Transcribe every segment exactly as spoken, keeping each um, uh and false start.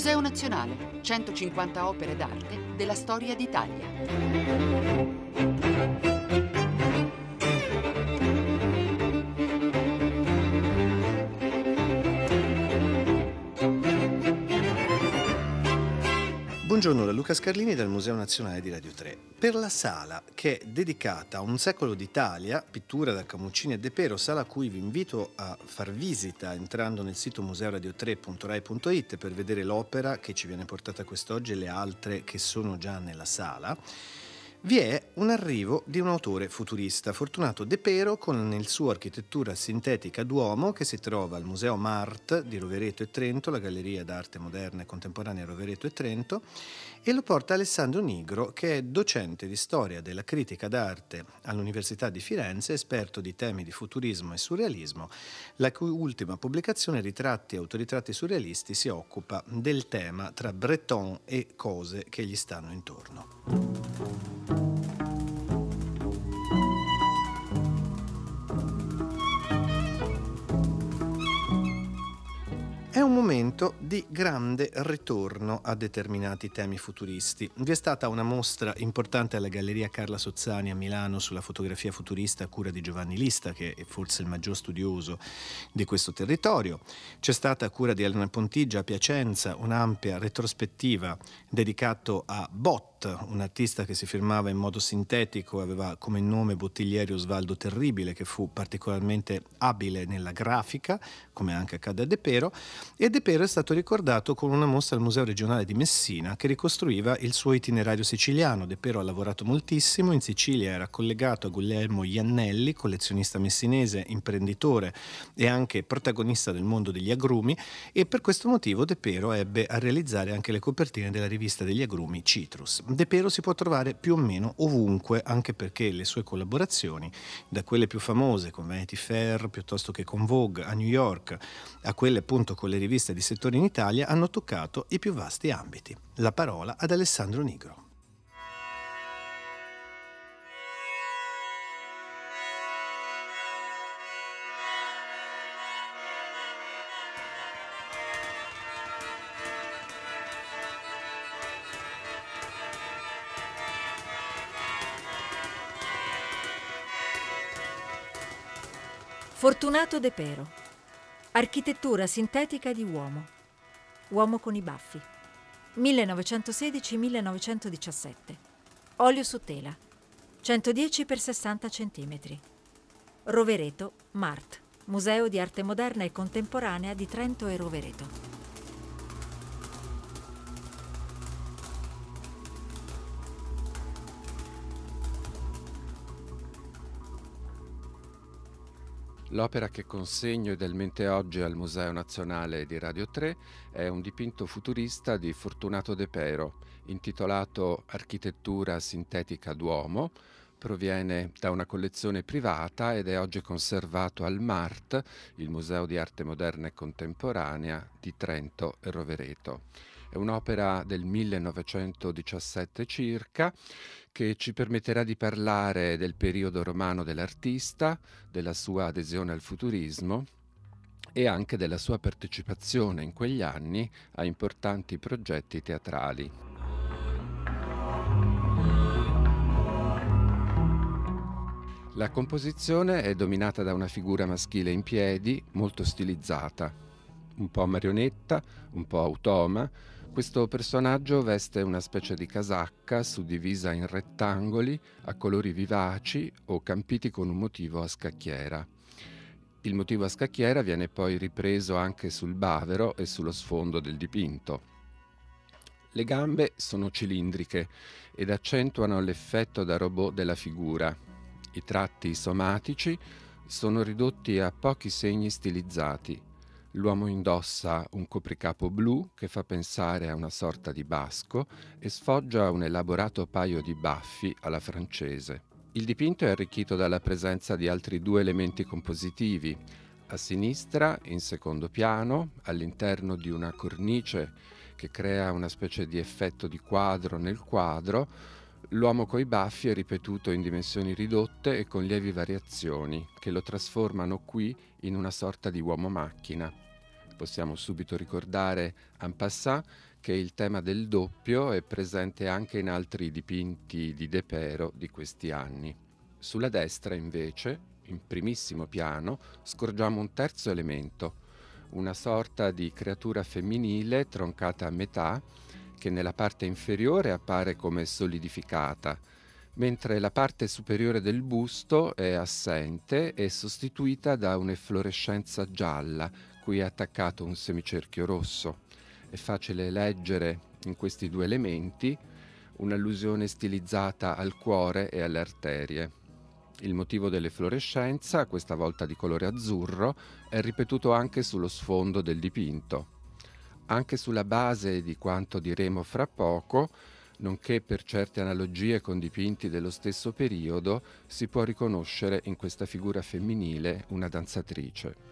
Museo Nazionale, centocinquanta opere d'arte della storia d'Italia. Buongiorno da Luca Scarlini dal Museo Nazionale di Radio tre. Per la sala che è dedicata a un secolo d'Italia, pittura da Camuccini e De Pero, sala a cui vi invito a far visita entrando nel sito museo radio tre punto rai punto it per vedere l'opera che ci viene portata quest'oggi e le altre che sono già nella sala, vi è un arrivo di un autore futurista, Fortunato De Pero, con il suo Architettura sintetica Duomo, che si trova al Museo Mart di Rovereto e Trento, la Galleria d'Arte Moderna e Contemporanea Rovereto e Trento, e lo porta Alessandro Nigro, che è docente di storia della critica d'arte all'Università di Firenze, esperto di temi di futurismo e surrealismo, la cui ultima pubblicazione, Ritratti e autoritratti surrealisti, si occupa del tema tra Breton e cose che gli stanno intorno. È un momento di grande ritorno a determinati temi futuristi. Vi è stata una mostra importante alla Galleria Carla Sozzani a Milano sulla fotografia futurista a cura di Giovanni Lista, che è forse il maggior studioso di questo territorio. C'è stata a cura di Elena Pontigia a Piacenza un'ampia retrospettiva dedicata a Bott, un artista che si firmava in modo sintetico, aveva come nome Bottiglieri Osvaldo Terribile, che fu particolarmente abile nella grafica, come anche accade a De Pero, e De Pero è stato ricordato con una mostra al Museo Regionale di Messina che ricostruiva il suo itinerario siciliano. De Pero ha lavorato moltissimo in Sicilia, era collegato a Guglielmo Iannelli, collezionista messinese, imprenditore e anche protagonista del mondo degli agrumi, e per questo motivo De Pero ebbe a realizzare anche le copertine della rivista degli agrumi Citrus. De Pero si può trovare più o meno ovunque, anche perché le sue collaborazioni, da quelle più famose con Vanity Fair piuttosto che con Vogue a New York, a quelle appunto con le riviste di settore in Italia, hanno toccato i più vasti ambiti. La parola ad Alessandro Nigro. Fortunato De Pero. Architettura sintetica di uomo. Uomo con i baffi. millenovecentosedici millenovecentodiciassette. Olio su tela. centodieci per sessanta centimetri. Rovereto, Mart. Museo di Arte Moderna e Contemporanea di Trento e Rovereto. L'opera che consegno idealmente oggi al Museo Nazionale di Radio tre è un dipinto futurista di Fortunato De Pero, intitolato Architettura sintetica Duomo. Proviene da una collezione privata ed è oggi conservato al Mart, il Museo di Arte Moderna e Contemporanea di Trento e Rovereto. È un'opera del millenovecentodiciassette circa, che ci permetterà di parlare del periodo romano dell'artista, della sua adesione al futurismo e anche della sua partecipazione in quegli anni a importanti progetti teatrali. La composizione è dominata da una figura maschile in piedi, molto stilizzata, un po' marionetta, un po' automa. Questo personaggio veste una specie di casacca suddivisa in rettangoli a colori vivaci o campiti con un motivo a scacchiera. Il motivo a scacchiera viene poi ripreso anche sul bavero e sullo sfondo del dipinto. Le gambe sono cilindriche ed accentuano l'effetto da robot della figura. I tratti somatici sono ridotti a pochi segni stilizzati. L'uomo indossa un copricapo blu che fa pensare a una sorta di basco e sfoggia un elaborato paio di baffi alla francese. Il dipinto è arricchito dalla presenza di altri due elementi compositivi. A sinistra, in secondo piano, all'interno di una cornice che crea una specie di effetto di quadro nel quadro, l'uomo coi baffi è ripetuto in dimensioni ridotte e con lievi variazioni che lo trasformano qui in una sorta di uomo macchina. Possiamo subito ricordare en passant che il tema del doppio è presente anche in altri dipinti di De Pero di questi anni. Sulla destra, invece, in primissimo piano, scorgiamo un terzo elemento, una sorta di creatura femminile troncata a metà, che nella parte inferiore appare come solidificata, mentre la parte superiore del busto è assente e sostituita da un'efflorescenza gialla, cui è attaccato un semicerchio rosso. È facile leggere in questi due elementi un'allusione stilizzata al cuore e alle arterie. Il motivo dell'efflorescenza, questa volta di colore azzurro, è ripetuto anche sullo sfondo del dipinto. Anche sulla base di quanto diremo fra poco, nonché per certe analogie con dipinti dello stesso periodo, si può riconoscere in questa figura femminile una danzatrice.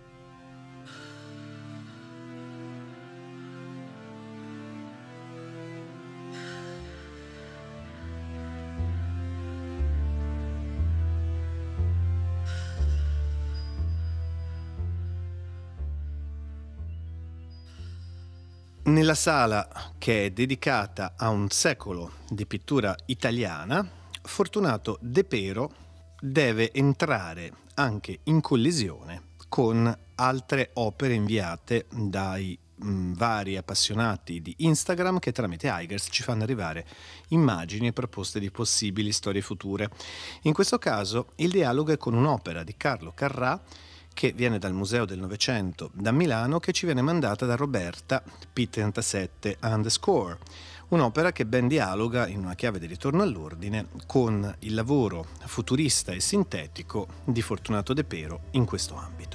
Nella sala che è dedicata a un secolo di pittura italiana, Fortunato De Pero deve entrare anche in collisione con altre opere inviate dai mh, vari appassionati di Instagram che tramite Eigers ci fanno arrivare immagini e proposte di possibili storie future. In questo caso il dialogo è con un'opera di Carlo Carrà che viene dal Museo del Novecento da Milano, che ci viene mandata da Roberta P trentasette underscore, un'opera che ben dialoga in una chiave di ritorno all'ordine con il lavoro futurista e sintetico di Fortunato De Pero in questo ambito.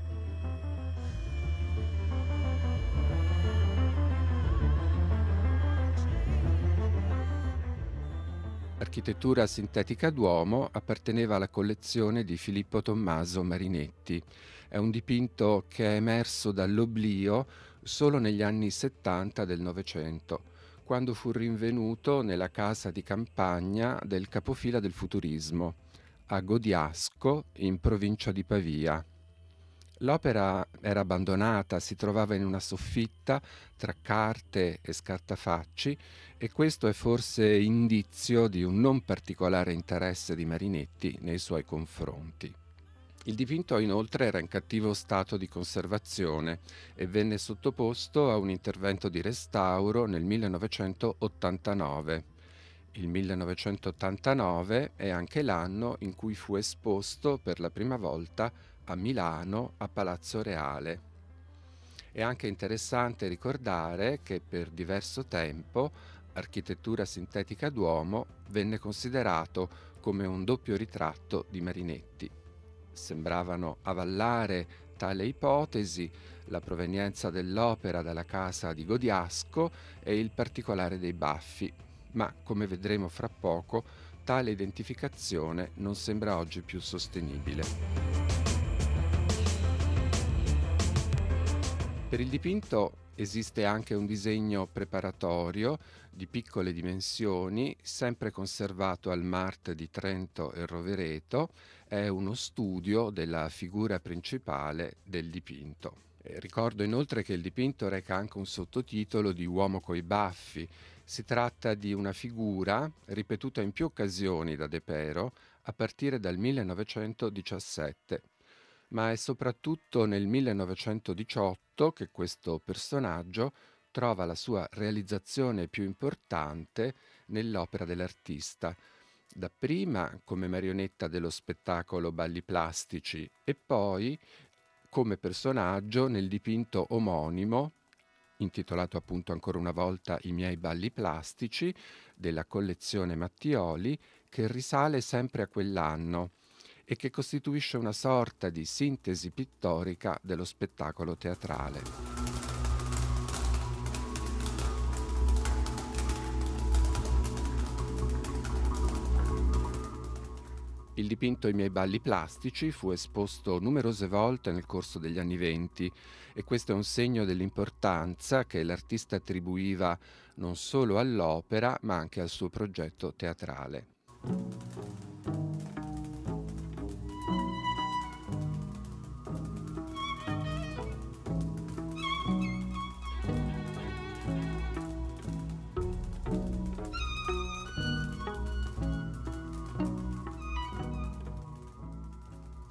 L'architettura sintetica d'uomo apparteneva alla collezione di Filippo Tommaso Marinetti. È un dipinto che è emerso dall'oblio solo negli anni settanta del Novecento, quando fu rinvenuto nella casa di campagna del capofila del futurismo, a Godiasco, in provincia di Pavia. L'opera era abbandonata, si trovava in una soffitta tra carte e scartafacci, e questo è forse indizio di un non particolare interesse di Marinetti nei suoi confronti. Il dipinto inoltre era in cattivo stato di conservazione e venne sottoposto a un intervento di restauro nel millenovecentottantanove. Il millenovecentottantanove è anche l'anno in cui fu esposto per la prima volta a Milano, a Palazzo Reale. È anche interessante ricordare che per diverso tempo Architettura sintetica d'uomo venne considerato come un doppio ritratto di Marinetti. Sembravano avallare tale ipotesi la provenienza dell'opera dalla casa di Godiasco e il particolare dei baffi, ma come vedremo fra poco, tale identificazione non sembra oggi più sostenibile. Per il dipinto esiste anche un disegno preparatorio di piccole dimensioni, sempre conservato al Mart di Trento e Rovereto. È uno studio della figura principale del dipinto. Eh, ricordo inoltre che il dipinto reca anche un sottotitolo di Uomo coi baffi. Si tratta di una figura ripetuta in più occasioni da De Pero a partire dal millenovecentodiciassette. Ma è soprattutto nel millenovecentodiciotto che questo personaggio trova la sua realizzazione più importante nell'opera dell'artista, dapprima come marionetta dello spettacolo Balli Plastici e poi come personaggio nel dipinto omonimo, intitolato appunto ancora una volta I miei balli plastici, della collezione Mattioli, che risale sempre a quell'anno e che costituisce una sorta di sintesi pittorica dello spettacolo teatrale. Il dipinto I miei balli plastici fu esposto numerose volte nel corso degli anni venti e questo è un segno dell'importanza che l'artista attribuiva non solo all'opera ma anche al suo progetto teatrale.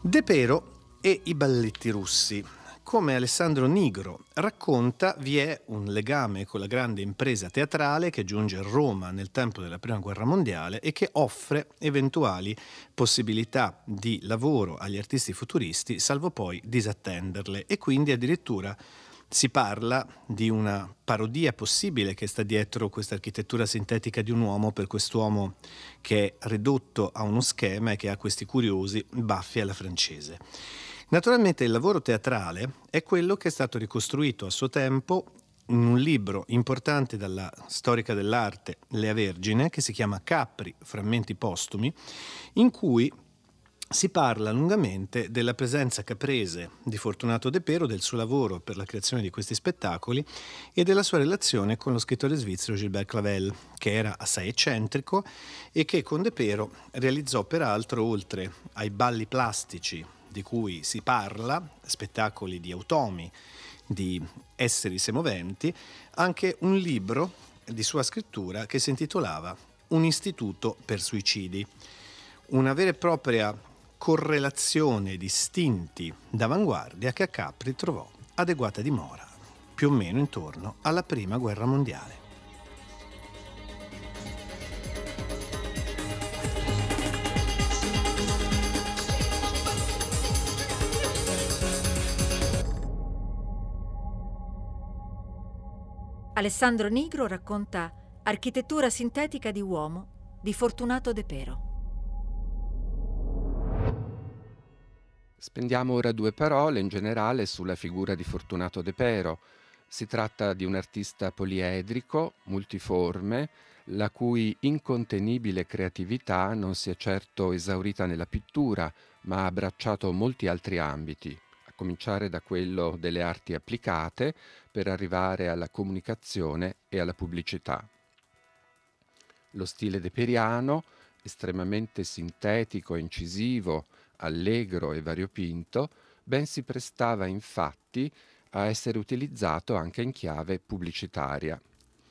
De Pero e i balletti russi. Come Alessandro Nigro racconta, vi è un legame con la grande impresa teatrale che giunge a Roma nel tempo della Prima Guerra Mondiale e che offre eventuali possibilità di lavoro agli artisti futuristi, salvo poi disattenderle. E quindi addirittura si parla di una parodia possibile che sta dietro questa architettura sintetica di un uomo, per quest'uomo che è ridotto a uno schema e che ha questi curiosi baffi alla francese. Naturalmente il lavoro teatrale è quello che è stato ricostruito a suo tempo in un libro importante dalla storica dell'arte Lea Vergine, che si chiama Capri, frammenti postumi, in cui si parla lungamente della presenza caprese di Fortunato De Pero, del suo lavoro per la creazione di questi spettacoli e della sua relazione con lo scrittore svizzero Gilbert Clavel, che era assai eccentrico e che con De Pero realizzò peraltro, oltre ai balli plastici di cui si parla, spettacoli di automi, di esseri semoventi, anche un libro di sua scrittura che si intitolava Un istituto per suicidi, una vera e propria correlazione di istinti d'avanguardia che a Capri trovò adeguata dimora più o meno intorno alla Prima Guerra Mondiale. Alessandro Nigro racconta Architettura sintetica di uomo di Fortunato De Pero. Spendiamo ora due parole in generale sulla figura di Fortunato De Pero. Si tratta di un artista poliedrico, multiforme, la cui incontenibile creatività non si è certo esaurita nella pittura, ma ha abbracciato molti altri ambiti, a cominciare da quello delle arti applicate per arrivare alla comunicazione e alla pubblicità. Lo stile deperiano, estremamente sintetico e incisivo, allegro e variopinto, ben si prestava infatti a essere utilizzato anche in chiave pubblicitaria.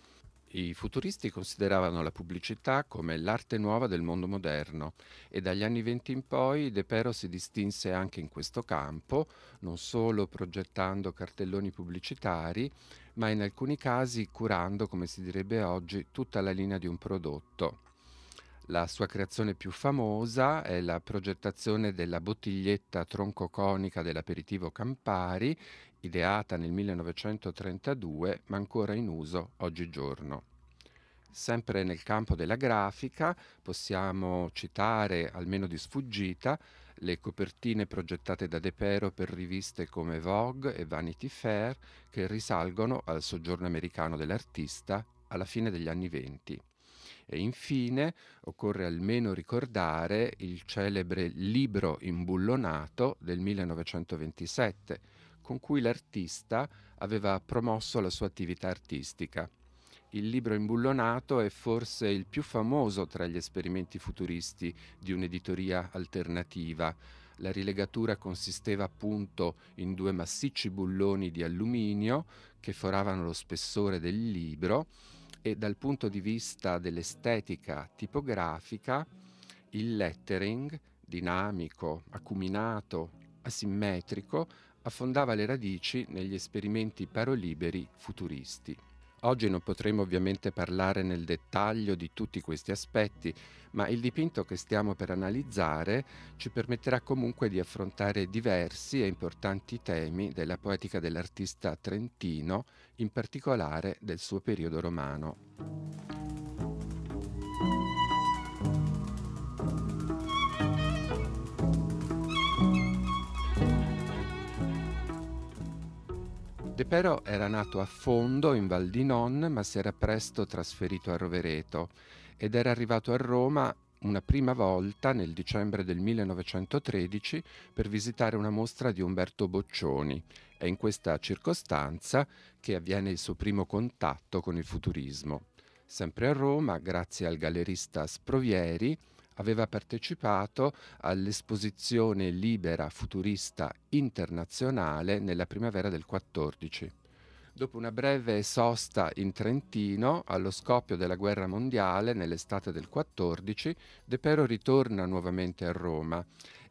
I futuristi consideravano la pubblicità come l'arte nuova del mondo moderno e dagli anni venti in poi De Pero si distinse anche in questo campo, non solo progettando cartelloni pubblicitari, ma in alcuni casi curando, come si direbbe oggi, tutta la linea di un prodotto. La sua creazione più famosa è la progettazione della bottiglietta troncoconica dell'aperitivo Campari, ideata nel millenovecentotrentadue, ma ancora in uso oggigiorno. Sempre nel campo della grafica possiamo citare, almeno di sfuggita, le copertine progettate da De Pero per riviste come Vogue e Vanity Fair, che risalgono al soggiorno americano dell'artista alla fine degli anni venti. E infine occorre almeno ricordare il celebre Libro imbullonato del millenovecentoventisette, con cui l'artista aveva promosso la sua attività artistica. Il libro imbullonato è forse il più famoso tra gli esperimenti futuristi di un'editoria alternativa. La rilegatura consisteva appunto in due massicci bulloni di alluminio che foravano lo spessore del libro e dal punto di vista dell'estetica tipografica il lettering, dinamico, acuminato, asimmetrico, affondava le radici negli esperimenti paroliberi futuristi. Oggi non potremo ovviamente parlare nel dettaglio di tutti questi aspetti, ma il dipinto che stiamo per analizzare ci permetterà comunque di affrontare diversi e importanti temi della poetica dell'artista trentino, in particolare del suo periodo romano. De Pero era nato a Fondo, in Val di Non, ma si era presto trasferito a Rovereto ed era arrivato a Roma una prima volta nel dicembre del millenovecentotredici per visitare una mostra di Umberto Boccioni. È in questa circostanza che avviene il suo primo contatto con il futurismo. Sempre a Roma, grazie al gallerista Sprovieri, aveva partecipato all'esposizione libera futurista internazionale nella primavera del quattordici. Dopo una breve sosta in Trentino, allo scoppio della guerra mondiale nell'estate del quattordici, De Pero ritorna nuovamente a Roma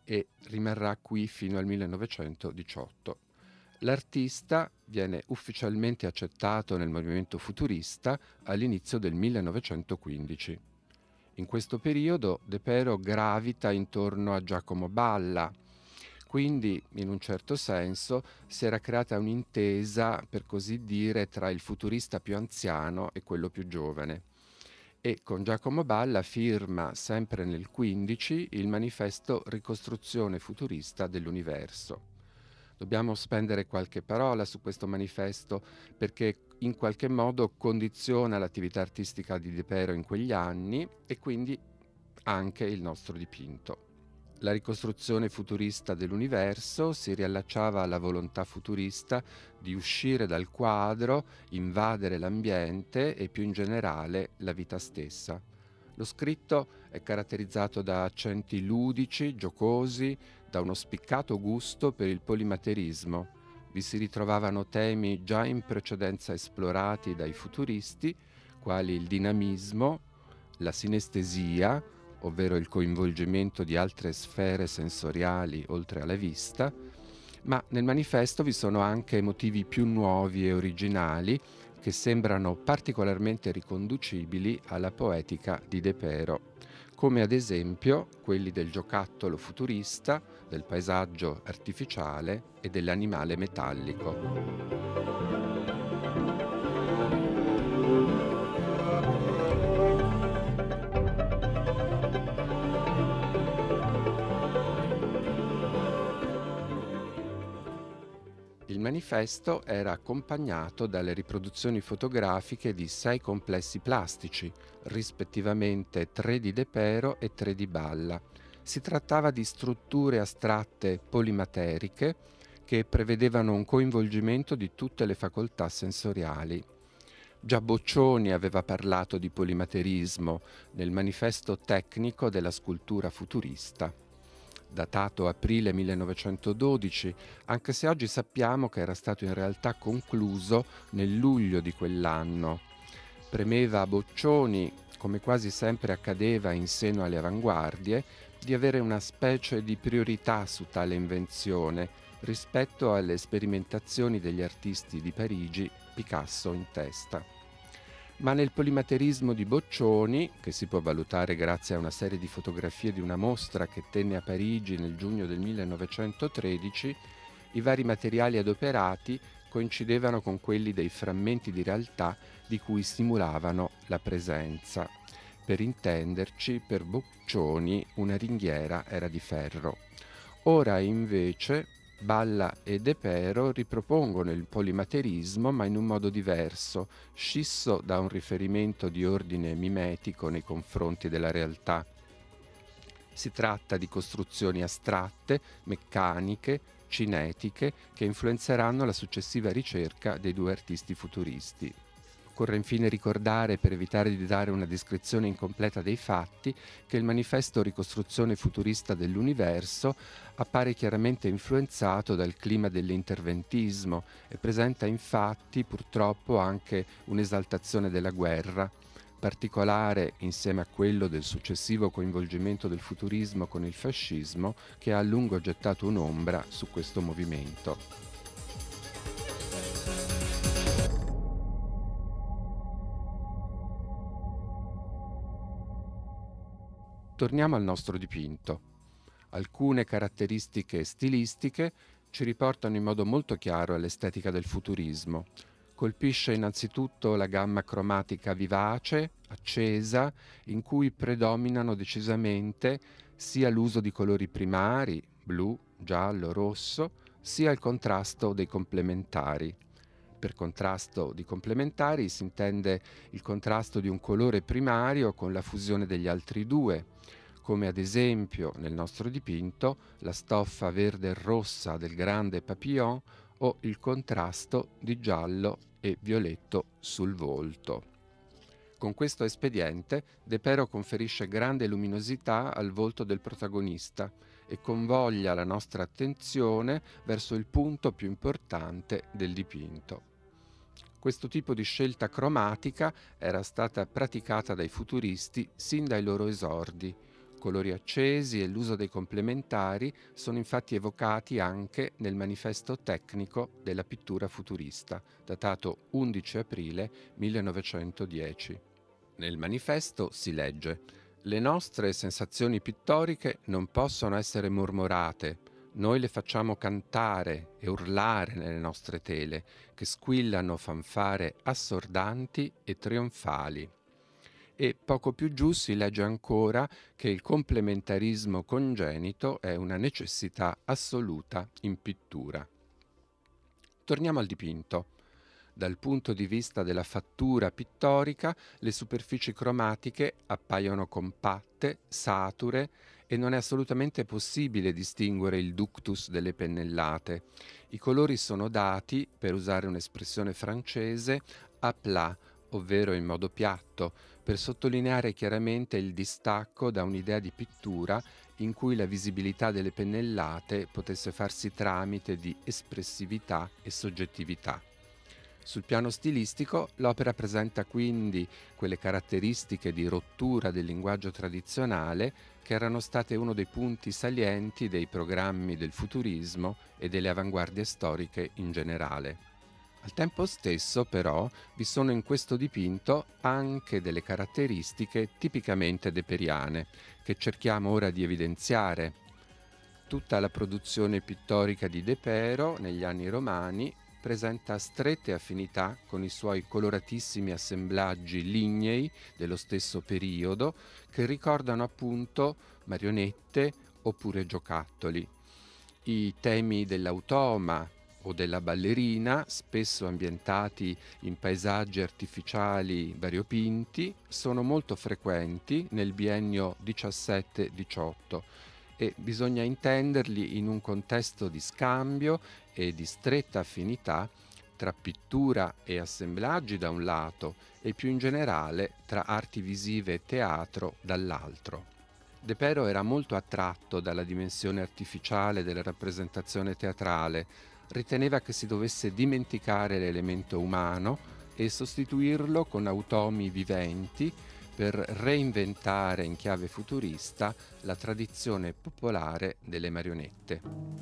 e rimarrà qui fino al millenovecentodiciotto. L'artista viene ufficialmente accettato nel movimento futurista all'inizio del millenovecentoquindici. In questo periodo De Pero gravita intorno a Giacomo Balla, quindi in un certo senso si era creata un'intesa, per così dire, tra il futurista più anziano e quello più giovane. E con Giacomo Balla firma, sempre nel quindici, il manifesto Ricostruzione futurista dell'universo. Dobbiamo spendere qualche parola su questo manifesto perché in qualche modo condiziona l'attività artistica di De Pero in quegli anni e quindi anche il nostro dipinto. La ricostruzione futurista dell'universo si riallacciava alla volontà futurista di uscire dal quadro, invadere l'ambiente e più in generale la vita stessa. Lo scritto è caratterizzato da accenti ludici, giocosi, da uno spiccato gusto per il polimaterismo. Vi si ritrovavano temi già in precedenza esplorati dai futuristi, quali il dinamismo, la sinestesia, ovvero il coinvolgimento di altre sfere sensoriali oltre alla vista, ma nel manifesto vi sono anche motivi più nuovi e originali che sembrano particolarmente riconducibili alla poetica di De Pero, come ad esempio quelli del giocattolo futurista, del paesaggio artificiale e dell'animale metallico. Il manifesto era accompagnato dalle riproduzioni fotografiche di sei complessi plastici, rispettivamente tre di De Pero e tre di Balla. Si trattava di strutture astratte polimateriche che prevedevano un coinvolgimento di tutte le facoltà sensoriali. Già Boccioni aveva parlato di polimaterismo nel manifesto tecnico della scultura futurista, datato aprile millenovecentododici, anche se oggi sappiamo che era stato in realtà concluso nel luglio di quell'anno. Premeva a Boccioni, come quasi sempre accadeva in seno alle avanguardie, di avere una specie di priorità su tale invenzione rispetto alle sperimentazioni degli artisti di Parigi, Picasso in testa. Ma nel polimaterismo di Boccioni, che si può valutare grazie a una serie di fotografie di una mostra che tenne a Parigi nel giugno del millenovecentotredici, i vari materiali adoperati coincidevano con quelli dei frammenti di realtà di cui simulavano la presenza. Per intenderci, per Boccioni una ringhiera era di ferro. Ora invece Balla e De Pero ripropongono il polimaterismo ma in un modo diverso, scisso da un riferimento di ordine mimetico nei confronti della realtà. Si tratta di costruzioni astratte, meccaniche, cinetiche, che influenzeranno la successiva ricerca dei due artisti futuristi. Occorre infine ricordare, per evitare di dare una descrizione incompleta dei fatti, che il manifesto Ricostruzione futurista dell'universo appare chiaramente influenzato dal clima dell'interventismo e presenta infatti purtroppo anche un'esaltazione della guerra, particolare insieme a quello del successivo coinvolgimento del futurismo con il fascismo, che ha a lungo gettato un'ombra su questo movimento. Torniamo al nostro dipinto. Alcune caratteristiche stilistiche ci riportano in modo molto chiaro all'estetica del futurismo. Colpisce innanzitutto la gamma cromatica vivace, accesa, in cui predominano decisamente sia l'uso di colori primari, blu, giallo, rosso, sia il contrasto dei complementari. Per contrasto di complementari si intende il contrasto di un colore primario con la fusione degli altri due, come ad esempio nel nostro dipinto la stoffa verde e rossa del grande papillon o il contrasto di giallo e violetto sul volto. Con questo espediente De Pero conferisce grande luminosità al volto del protagonista e convoglia la nostra attenzione verso il punto più importante del dipinto. Questo tipo di scelta cromatica era stata praticata dai futuristi sin dai loro esordi, colori accesi e l'uso dei complementari sono infatti evocati anche nel manifesto tecnico della pittura futurista, datato undici aprile millenovecentodieci. Nel manifesto si legge: «Le nostre sensazioni pittoriche non possono essere mormorate. Noi le facciamo cantare e urlare nelle nostre tele, che squillano fanfare assordanti e trionfali». E poco più giù si legge ancora che il complementarismo congenito è una necessità assoluta in pittura. Torniamo al dipinto. Dal punto di vista della fattura pittorica, le superfici cromatiche appaiono compatte, sature, e non è assolutamente possibile distinguere il ductus delle pennellate. I colori sono dati, per usare un'espressione francese, à plat, ovvero in modo piatto, per sottolineare chiaramente il distacco da un'idea di pittura in cui la visibilità delle pennellate potesse farsi tramite di espressività e soggettività. Sul piano stilistico, l'opera presenta quindi quelle caratteristiche di rottura del linguaggio tradizionale che erano state uno dei punti salienti dei programmi del futurismo e delle avanguardie storiche in generale. Al tempo stesso, però, vi sono in questo dipinto anche delle caratteristiche tipicamente deperiane, che cerchiamo ora di evidenziare. Tutta la produzione pittorica di De Pero negli anni romani presenta strette affinità con i suoi coloratissimi assemblaggi lignei dello stesso periodo, che ricordano appunto marionette oppure giocattoli. I temi dell'automa o della ballerina, spesso ambientati in paesaggi artificiali variopinti, sono molto frequenti nel biennio diciassette diciotto e bisogna intenderli in un contesto di scambio e di stretta affinità tra pittura e assemblaggi da un lato e più in generale tra arti visive e teatro dall'altro. De Pero era molto attratto dalla dimensione artificiale della rappresentazione teatrale, riteneva che si dovesse dimenticare l'elemento umano e sostituirlo con automi viventi per reinventare in chiave futurista la tradizione popolare delle marionette.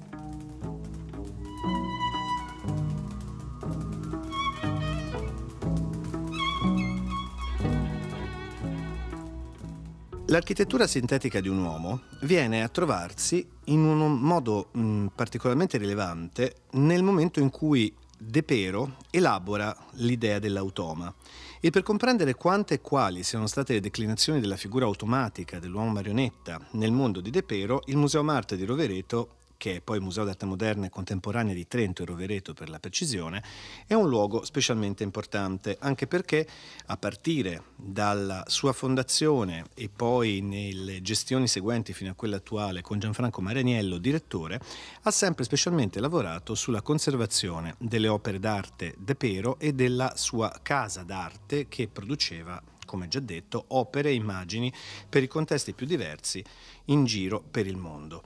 L'architettura sintetica di un uomo viene a trovarsi in un modo mh, particolarmente rilevante nel momento in cui De Pero elabora l'idea dell'automa. E per comprendere quante e quali siano state le declinazioni della figura automatica dell'uomo marionetta nel mondo di De Pero, il Museo Marte di Rovereto, che è poi Museo d'Arte Moderna e Contemporanea di Trento e Rovereto per la precisione, è un luogo specialmente importante, anche perché a partire dalla sua fondazione e poi nelle gestioni seguenti fino a quella attuale con Gianfranco Marianiello, direttore, ha sempre specialmente lavorato sulla conservazione delle opere d'arte De Pero e della sua casa d'arte che produceva, come già detto, opere e immagini per i contesti più diversi in giro per il mondo.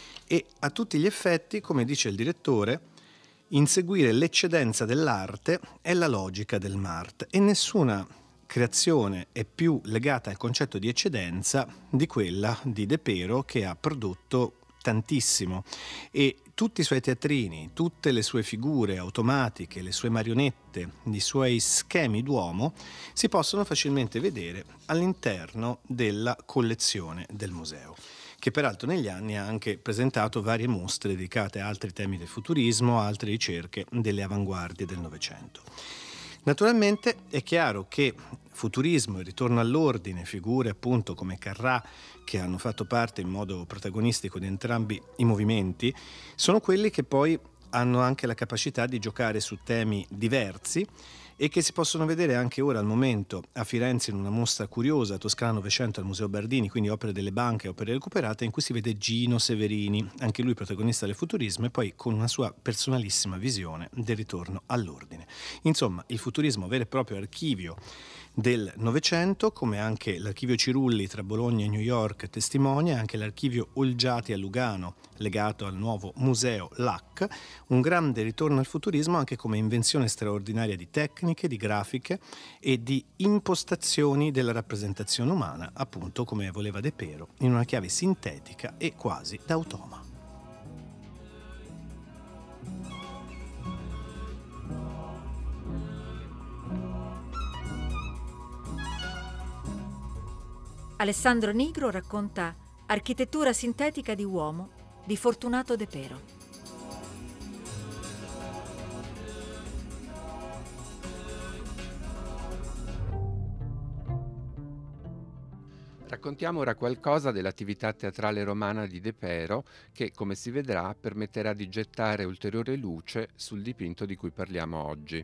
E a tutti gli effetti, come dice il direttore, inseguire l'eccedenza dell'arte è la logica del Mart e nessuna creazione è più legata al concetto di eccedenza di quella di De Pero, che ha prodotto tantissimo, e tutti i suoi teatrini, tutte le sue figure automatiche, le sue marionette, i suoi schemi d'uomo si possono facilmente vedere all'interno della collezione del museo, che peraltro negli anni ha anche presentato varie mostre dedicate a altri temi del futurismo, a altre ricerche delle avanguardie del Novecento. Naturalmente è chiaro che futurismo e ritorno all'ordine, figure appunto come Carrà, che hanno fatto parte in modo protagonistico di entrambi i movimenti, sono quelli che poi hanno anche la capacità di giocare su temi diversi e che si possono vedere anche ora al momento a Firenze in una mostra curiosa, Toscana Novecento al Museo Bardini, quindi opere delle banche, opere recuperate, in cui si vede Gino Severini, anche lui protagonista del futurismo, e poi con una sua personalissima visione del ritorno all'ordine. Insomma, il futurismo vero e proprio archivio del Novecento, come anche l'archivio Cirulli tra Bologna e New York testimonia, anche l'archivio Olgiati a Lugano, legato al nuovo museo L A C, un grande ritorno al futurismo anche come invenzione straordinaria di tecniche, di grafiche e di impostazioni della rappresentazione umana, appunto come voleva De Pero, in una chiave sintetica e quasi da automa. Alessandro Nigro racconta Architettura sintetica di uomo di Fortunato De Pero. Raccontiamo ora qualcosa dell'attività teatrale romana di De Pero che, come si vedrà, permetterà di gettare ulteriore luce sul dipinto di cui parliamo oggi.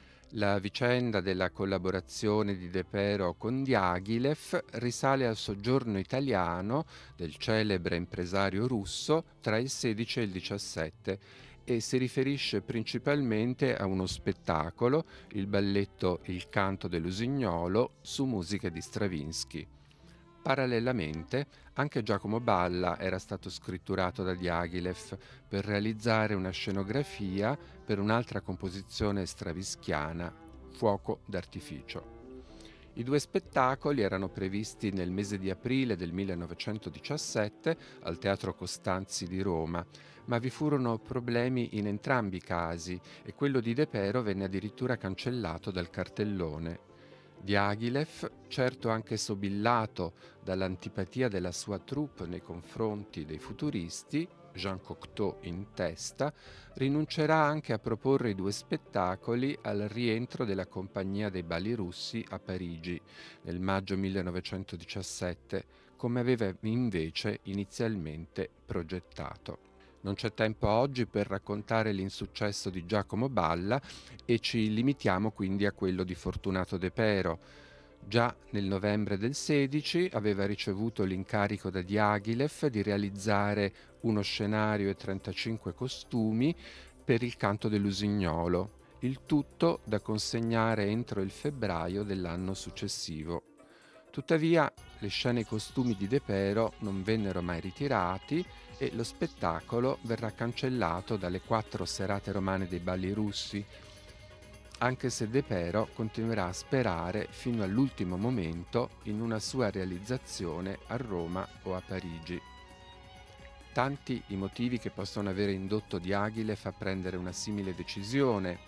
La vicenda della collaborazione di De Pero con Diaghilev risale al soggiorno italiano del celebre impresario russo tra il sedici e il diciassette e si riferisce principalmente a uno spettacolo, il balletto Il canto dell'usignolo, su musiche di Stravinsky. Parallelamente, anche Giacomo Balla era stato scritturato da Diaghilev per realizzare una scenografia per un'altra composizione stravinschiana, Fuoco d'artificio. I due spettacoli erano previsti nel mese di aprile del millenovecentodiciassette al Teatro Costanzi di Roma, ma vi furono problemi in entrambi i casi e quello di De Pero venne addirittura cancellato dal cartellone. Diaghilev, certo anche sobillato dall'antipatia della sua troupe nei confronti dei futuristi, Jean Cocteau in testa, rinuncerà anche a proporre i due spettacoli al rientro della Compagnia dei Balli Russi a Parigi nel maggio millenovecentodiciassette, come aveva invece inizialmente progettato. Non c'è tempo oggi per raccontare l'insuccesso di Giacomo Balla e ci limitiamo quindi a quello di Fortunato De Pero. Già nel novembre del sedici aveva ricevuto l'incarico da Diaghilev di realizzare uno scenario e trentacinque costumi per il canto dell'usignolo, il tutto da consegnare entro il febbraio dell'anno successivo. Tuttavia, le scene e i costumi di De Pero non vennero mai ritirati e lo spettacolo verrà cancellato dalle quattro serate romane dei Balli Russi, anche se De Pero continuerà a sperare fino all'ultimo momento in una sua realizzazione a Roma o a Parigi. Tanti i motivi che possono avere indotto Diaghilev a prendere una simile decisione.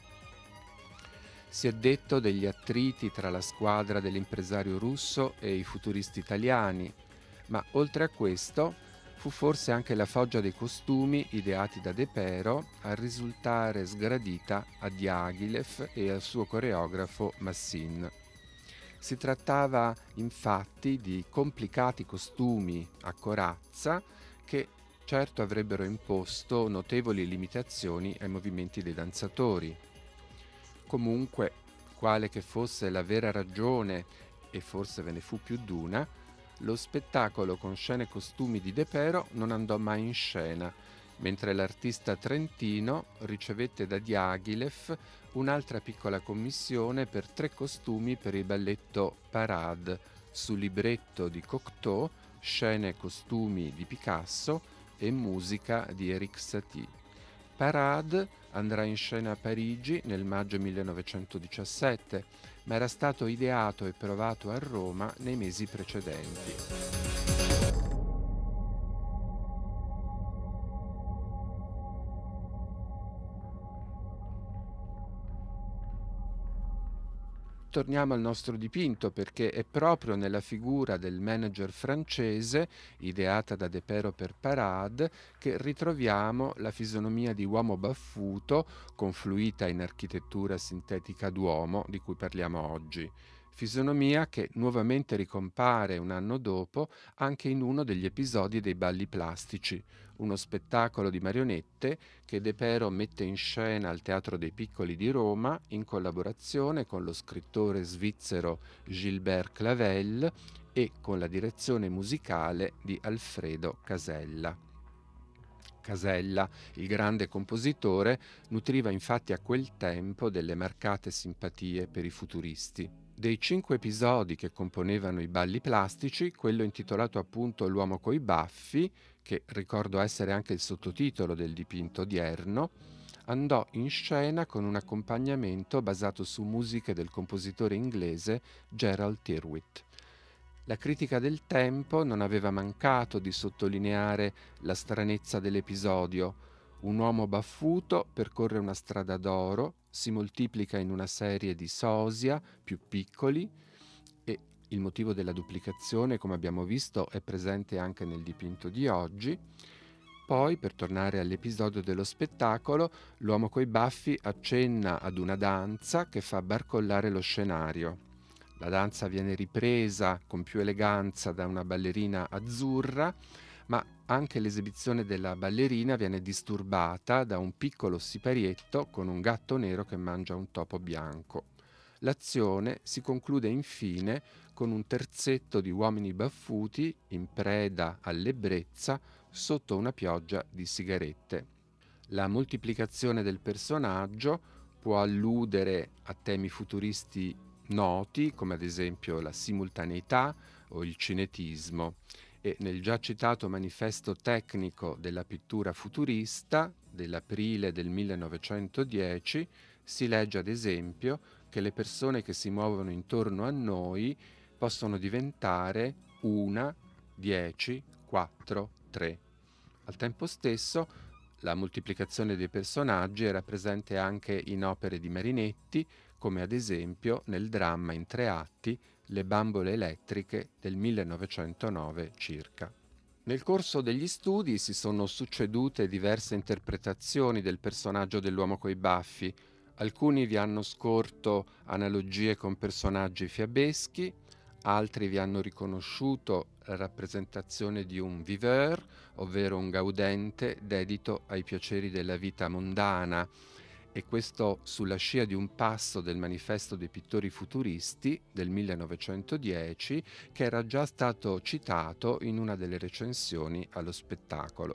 Si è detto degli attriti tra la squadra dell'impresario russo e i futuristi italiani, ma oltre a questo fu forse anche la foggia dei costumi ideati da De Pero a risultare sgradita a Diaghilev e al suo coreografo Massin. Si trattava infatti di complicati costumi a corazza che certo avrebbero imposto notevoli limitazioni ai movimenti dei danzatori. Comunque, quale che fosse la vera ragione, e forse ve ne fu più d'una, lo spettacolo con scene e costumi di De Pero non andò mai in scena, mentre l'artista trentino ricevette da Diaghilev un'altra piccola commissione per tre costumi per il balletto Parade, su libretto di Cocteau, scene e costumi di Picasso e musica di Erik Satie. Parade andrà in scena a Parigi nel maggio millenovecentodiciassette, ma era stato ideato e provato a Roma nei mesi precedenti. Torniamo al nostro dipinto perché è proprio nella figura del manager francese, ideata da De Pero per Parade, che ritroviamo la fisonomia di uomo baffuto, confluita in architettura sintetica d'uomo, di cui parliamo oggi. Fisonomia che nuovamente ricompare un anno dopo anche in uno degli episodi dei Balli Plastici, uno spettacolo di marionette che De Pero mette in scena al Teatro dei Piccoli di Roma in collaborazione con lo scrittore svizzero Gilbert Clavel e con la direzione musicale di Alfredo Casella. Casella, il grande compositore, nutriva infatti a quel tempo delle marcate simpatie per i futuristi. Dei cinque episodi che componevano i balli plastici, quello intitolato appunto L'uomo coi baffi, che ricordo essere anche il sottotitolo del dipinto odierno, andò in scena con un accompagnamento basato su musiche del compositore inglese Gerald Tirwit. La critica del tempo non aveva mancato di sottolineare la stranezza dell'episodio. Un uomo baffuto percorre una strada d'oro, si moltiplica in una serie di sosia più piccoli e il motivo della duplicazione, come abbiamo visto, è presente anche nel dipinto di oggi. Poi, per tornare all'episodio dello spettacolo, l'uomo coi baffi accenna ad una danza che fa barcollare lo scenario. La danza viene ripresa con più eleganza da una ballerina azzurra, ma anche l'esibizione della ballerina viene disturbata da un piccolo siparietto con un gatto nero che mangia un topo bianco. L'azione si conclude infine con un terzetto di uomini baffuti in preda all'ebbrezza sotto una pioggia di sigarette. La moltiplicazione del personaggio può alludere a temi futuristi noti, come ad esempio la simultaneità o il cinetismo, e nel già citato manifesto tecnico della pittura futurista dell'aprile del millenovecentodieci si legge ad esempio che le persone che si muovono intorno a noi possono diventare una, dieci, quattro, tre. Al tempo stesso la moltiplicazione dei personaggi era presente anche in opere di Marinetti, come ad esempio nel dramma in tre atti Le bambole elettriche del millenovecentonove circa. Nel corso degli studi si sono succedute diverse interpretazioni del personaggio dell'uomo coi baffi. Alcuni vi hanno scorto analogie con personaggi fiabeschi, altri vi hanno riconosciuto la rappresentazione di un viveur, ovvero un gaudente dedito ai piaceri della vita mondana, e questo sulla scia di un passo del manifesto dei pittori futuristi del millenovecentodieci che era già stato citato in una delle recensioni allo spettacolo.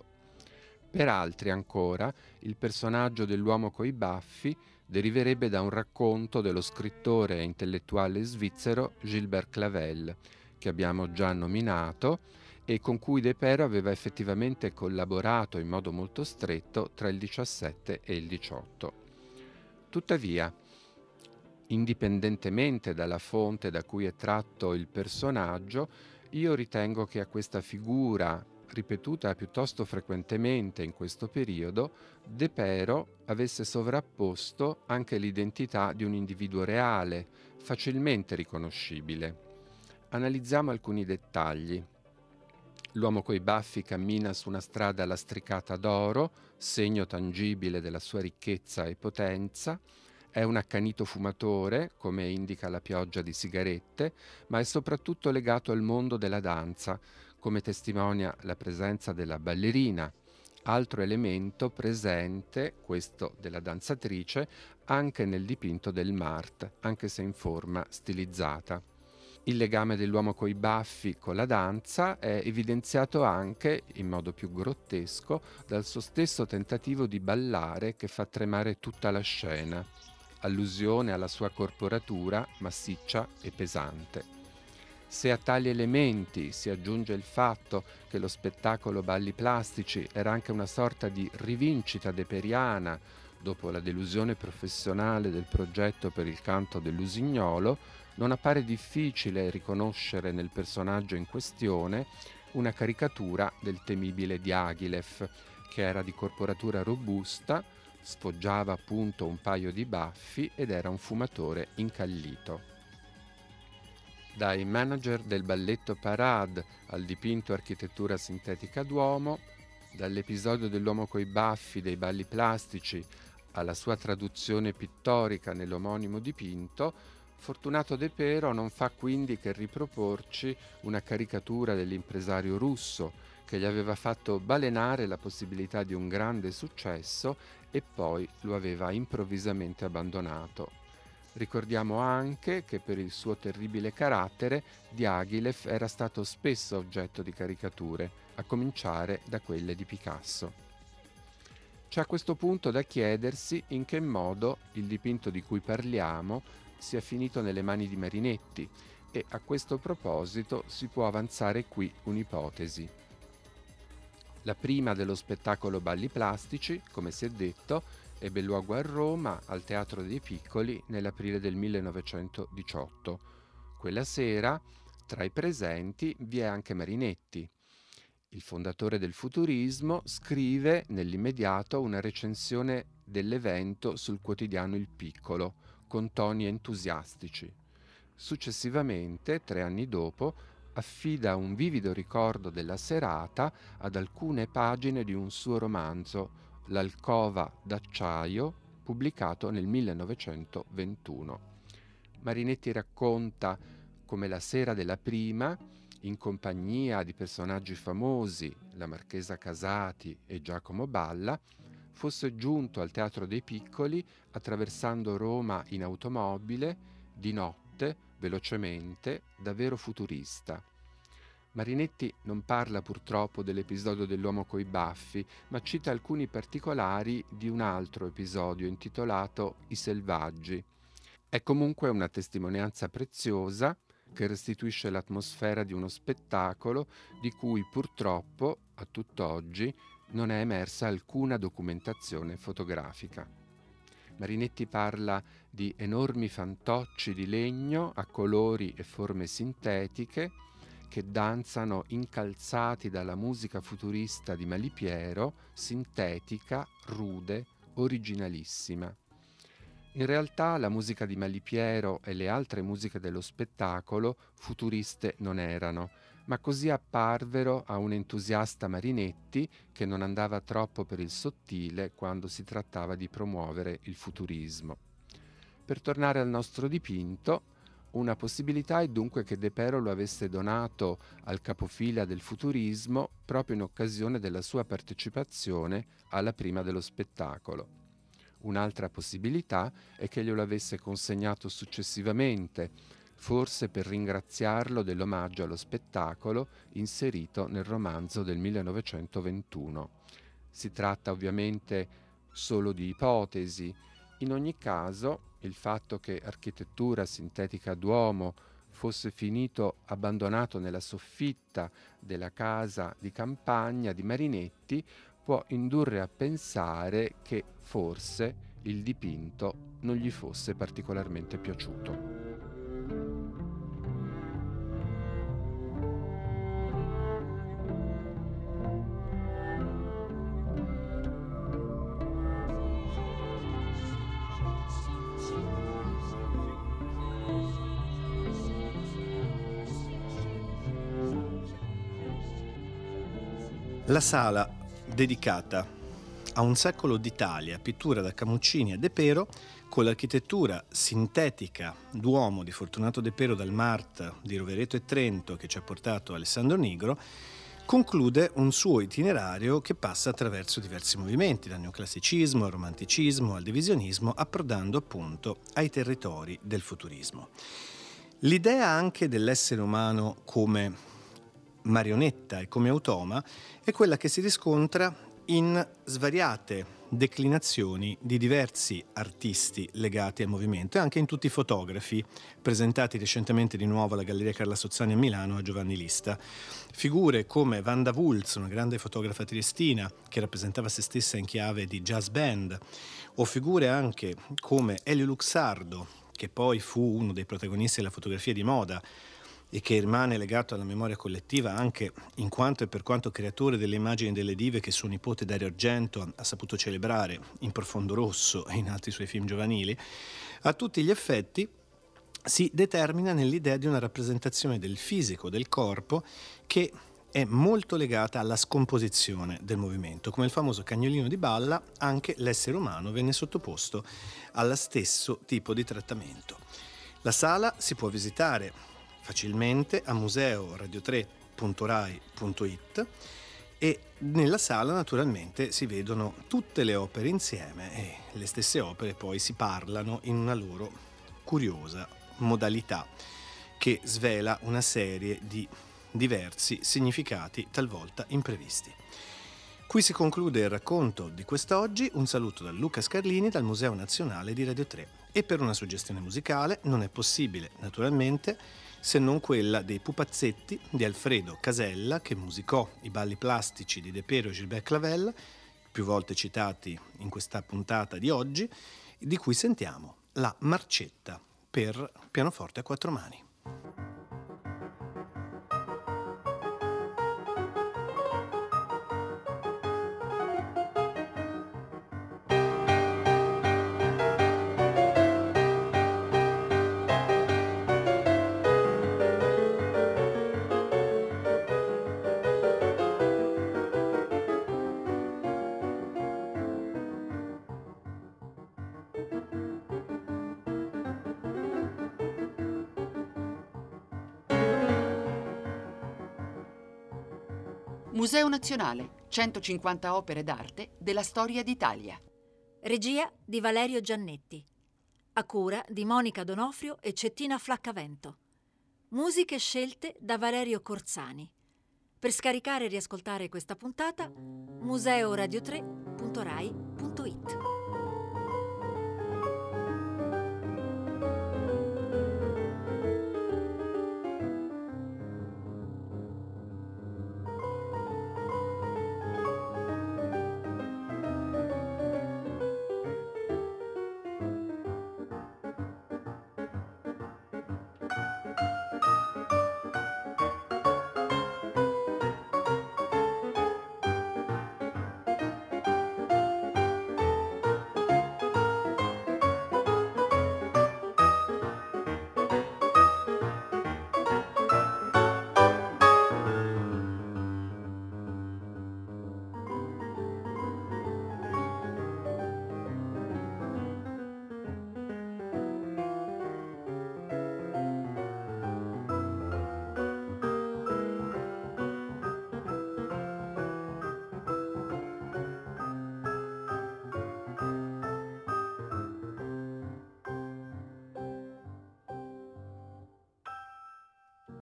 Per altri ancora, il personaggio dell'uomo coi baffi deriverebbe da un racconto dello scrittore e intellettuale svizzero Gilbert Clavel, che abbiamo già nominato e con cui De Pero aveva effettivamente collaborato in modo molto stretto tra il diciassette e il diciotto. Tuttavia, indipendentemente dalla fonte da cui è tratto il personaggio, io ritengo che a questa figura, ripetuta piuttosto frequentemente in questo periodo, De Pero avesse sovrapposto anche l'identità di un individuo reale, facilmente riconoscibile. Analizziamo alcuni dettagli. L'uomo coi baffi cammina su una strada lastricata d'oro, segno tangibile della sua ricchezza e potenza. È un accanito fumatore, come indica la pioggia di sigarette, ma è soprattutto legato al mondo della danza, come testimonia la presenza della ballerina, altro elemento presente, questo della danzatrice, anche nel dipinto del Mart, anche se in forma stilizzata. Il legame dell'uomo coi baffi con la danza è evidenziato anche, in modo più grottesco, dal suo stesso tentativo di ballare che fa tremare tutta la scena, allusione alla sua corporatura massiccia e pesante. Se a tali elementi si aggiunge il fatto che lo spettacolo Balli Plastici era anche una sorta di rivincita deperiana dopo la delusione professionale del progetto per il canto dell'usignolo, non appare difficile riconoscere nel personaggio in questione una caricatura del temibile Diaghilev, che era di corporatura robusta, sfoggiava appunto un paio di baffi ed era un fumatore incallito. Dai manager del balletto Parade al dipinto Architettura sintetica d'uomo, dall'episodio dell'uomo coi baffi dei Balli Plastici alla sua traduzione pittorica nell'omonimo dipinto, Fortunato De Pero non fa quindi che riproporci una caricatura dell'impresario russo che gli aveva fatto balenare la possibilità di un grande successo e poi lo aveva improvvisamente abbandonato. Ricordiamo anche che per il suo terribile carattere Diaghilev era stato spesso oggetto di caricature, a cominciare da quelle di Picasso. C'è a questo punto da chiedersi in che modo il dipinto di cui parliamo sia finito nelle mani di Marinetti e a questo proposito si può avanzare qui un'ipotesi. La prima dello spettacolo Balli Plastici, come si è detto, ebbe luogo a Roma al Teatro dei Piccoli nell'aprile del millenovecentodiciotto. Quella sera, tra i presenti, vi è anche Marinetti. Il fondatore del futurismo scrive nell'immediato una recensione dell'evento sul quotidiano Il Piccolo, con toni entusiastici. Successivamente, tre anni dopo, affida un vivido ricordo della serata ad alcune pagine di un suo romanzo, L'alcova d'acciaio, pubblicato nel millenovecentoventuno. Marinetti racconta come la sera della prima, in compagnia di personaggi famosi, la marchesa Casati e Giacomo Balla, fosse giunto al Teatro dei Piccoli attraversando Roma in automobile, di notte, velocemente, davvero futurista. Marinetti non parla purtroppo dell'episodio dell'uomo coi baffi, ma cita alcuni particolari di un altro episodio intitolato I Selvaggi. È comunque una testimonianza preziosa che restituisce l'atmosfera di uno spettacolo di cui purtroppo, a tutt'oggi, non è emersa alcuna documentazione fotografica. Marinetti parla di enormi fantocci di legno a colori e forme sintetiche che danzano incalzati dalla musica futurista di Malipiero, sintetica, rude, originalissima. In realtà la musica di Malipiero e le altre musiche dello spettacolo futuriste non erano, ma così apparvero a un entusiasta Marinetti che non andava troppo per il sottile quando si trattava di promuovere il futurismo. Per tornare al nostro dipinto, una possibilità è dunque che De Pero lo avesse donato al capofila del futurismo proprio in occasione della sua partecipazione alla prima dello spettacolo. Un'altra possibilità è che glielo avesse consegnato successivamente, forse per ringraziarlo dell'omaggio allo spettacolo inserito nel romanzo del millenovecentoventuno. Si tratta ovviamente solo di ipotesi. In ogni caso, il fatto che Architettura Sintetica Duomo fosse finito abbandonato nella soffitta della casa di campagna di Marinetti può indurre a pensare che forse il dipinto non gli fosse particolarmente piaciuto. La sala dedicata a un secolo d'Italia, pittura da Camuccini a De Pero, con l'architettura sintetica Duomo di Fortunato De Pero dal Mart di Rovereto e Trento che ci ha portato Alessandro Nigro, conclude un suo itinerario che passa attraverso diversi movimenti, dal neoclassicismo al romanticismo al divisionismo, approdando appunto ai territori del futurismo. L'idea anche dell'essere umano come marionetta e come automa è quella che si riscontra in svariate declinazioni di diversi artisti legati al movimento e anche in tutti i fotografi presentati recentemente di nuovo alla Galleria Carla Sozzani a Milano a Giovanni Lista. Figure come Wanda Wulz, una grande fotografa triestina che rappresentava se stessa in chiave di jazz band, o figure anche come Elio Luxardo, che poi fu uno dei protagonisti della fotografia di moda e che rimane legato alla memoria collettiva anche in quanto e per quanto creatore delle immagini delle dive che suo nipote Dario Argento ha saputo celebrare in Profondo Rosso e in altri suoi film giovanili, a tutti gli effetti si determina nell'idea di una rappresentazione del fisico, del corpo, che è molto legata alla scomposizione del movimento. Come il famoso cagnolino di Balla, anche l'essere umano venne sottoposto allo stesso tipo di trattamento. La sala si può visitare facilmente a museo radio tre punto rai punto it e nella sala naturalmente si vedono tutte le opere insieme e le stesse opere poi si parlano in una loro curiosa modalità che svela una serie di diversi significati talvolta imprevisti. Qui si conclude il racconto di quest'oggi. Un saluto da Luca Scarlini dal Museo Nazionale di Radio tre. E per una suggestione musicale non è possibile, naturalmente, se non quella dei Pupazzetti di Alfredo Casella, che musicò i balli plastici di De Pero e Gilbert Clavel, più volte citati in questa puntata di oggi, di cui sentiamo la Marcetta per pianoforte a quattro mani. Museo Nazionale, centocinquanta opere d'arte della storia d'Italia. Regia di Valerio Giannetti. A cura di Monica Donofrio e Cettina Flaccavento. Musiche scelte da Valerio Corzani. Per scaricare e riascoltare questa puntata, museo radio tre punto rai punto it.